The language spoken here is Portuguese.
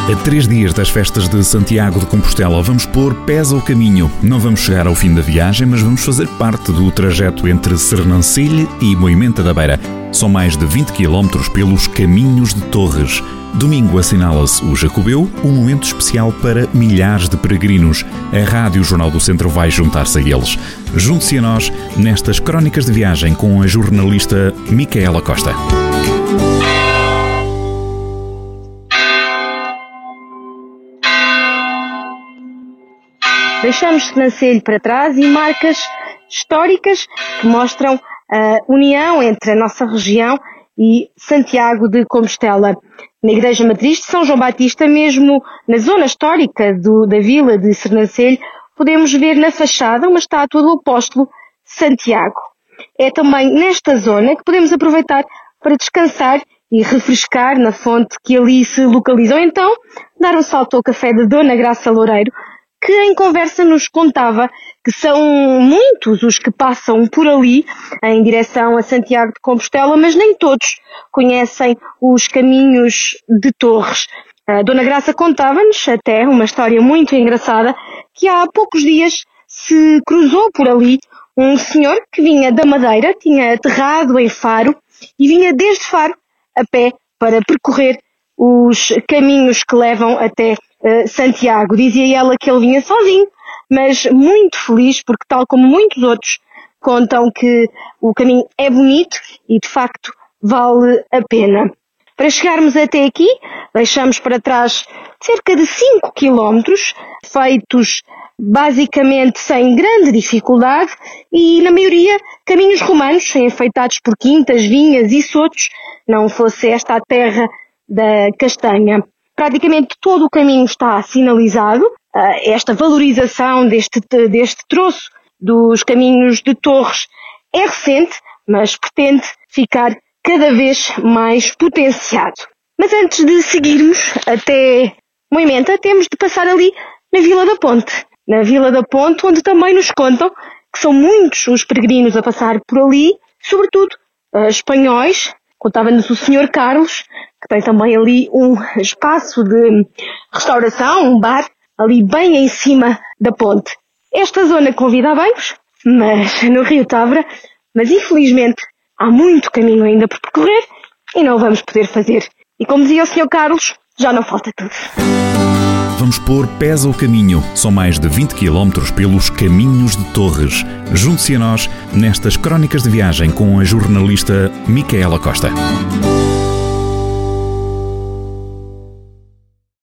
A 3 dias das festas de Santiago de Compostela, vamos pôr pés ao caminho. Não vamos chegar ao fim da viagem, mas vamos fazer parte do trajeto entre Sernancelho e Moimenta da Beira. São mais de 20 km pelos caminhos de Torres. Domingo assinala-se o Jacobeu, um momento especial para milhares de peregrinos. A Rádio Jornal do Centro vai juntar-se a eles. Junte-se a nós nestas crónicas de viagem com a jornalista Micaela Costa. Deixamos Sernancelho para trás e marcas históricas que mostram a união entre a nossa região e Santiago de Compostela. Na Igreja Matriz de São João Batista, mesmo na zona histórica da vila de Sernancelho, podemos ver na fachada uma estátua do apóstolo Santiago. É também nesta zona que podemos aproveitar para descansar e refrescar na fonte que ali se localiza. Ou então, dar um salto ao café de Dona Graça Loureiro, que em conversa nos contava que são muitos os que passam por ali em direção a Santiago de Compostela, mas nem todos conhecem os caminhos de Torres. A Dona Graça contava-nos até uma história muito engraçada, que há poucos dias se cruzou por ali um senhor que vinha da Madeira, tinha aterrado em Faro e vinha desde Faro a pé para percorrer os caminhos que levam até Santiago. Dizia ela que ele vinha sozinho, mas muito feliz, porque tal como muitos outros contam que o caminho é bonito e de facto vale a pena. Para chegarmos até aqui, deixamos para trás cerca de 5 quilómetros, feitos basicamente sem grande dificuldade e, na maioria, caminhos romanos, enfeitados por quintas, vinhas e sotos, não fosse esta a terra da castanha. Praticamente todo o caminho está sinalizado. Esta valorização deste troço dos caminhos de Torres é recente, mas pretende ficar cada vez mais potenciado. Mas antes de seguirmos até Moimenta, temos de passar ali na Vila da Ponte. Na Vila da Ponte, onde também nos contam que são muitos os peregrinos a passar por ali, sobretudo espanhóis. Contava-nos o Sr. Carlos, que tem também ali um espaço de restauração, um bar, ali bem em cima da ponte. Esta zona convida a banhos, mas no Rio Tavra, mas infelizmente há muito caminho ainda por percorrer e não vamos poder fazer. E como dizia o Sr. Carlos, já não falta tudo. Vamos pôr pés ao caminho. São mais de 20 km pelos caminhos de Torres. Junte-se a nós nestas crónicas de viagem com a jornalista Micaela Costa.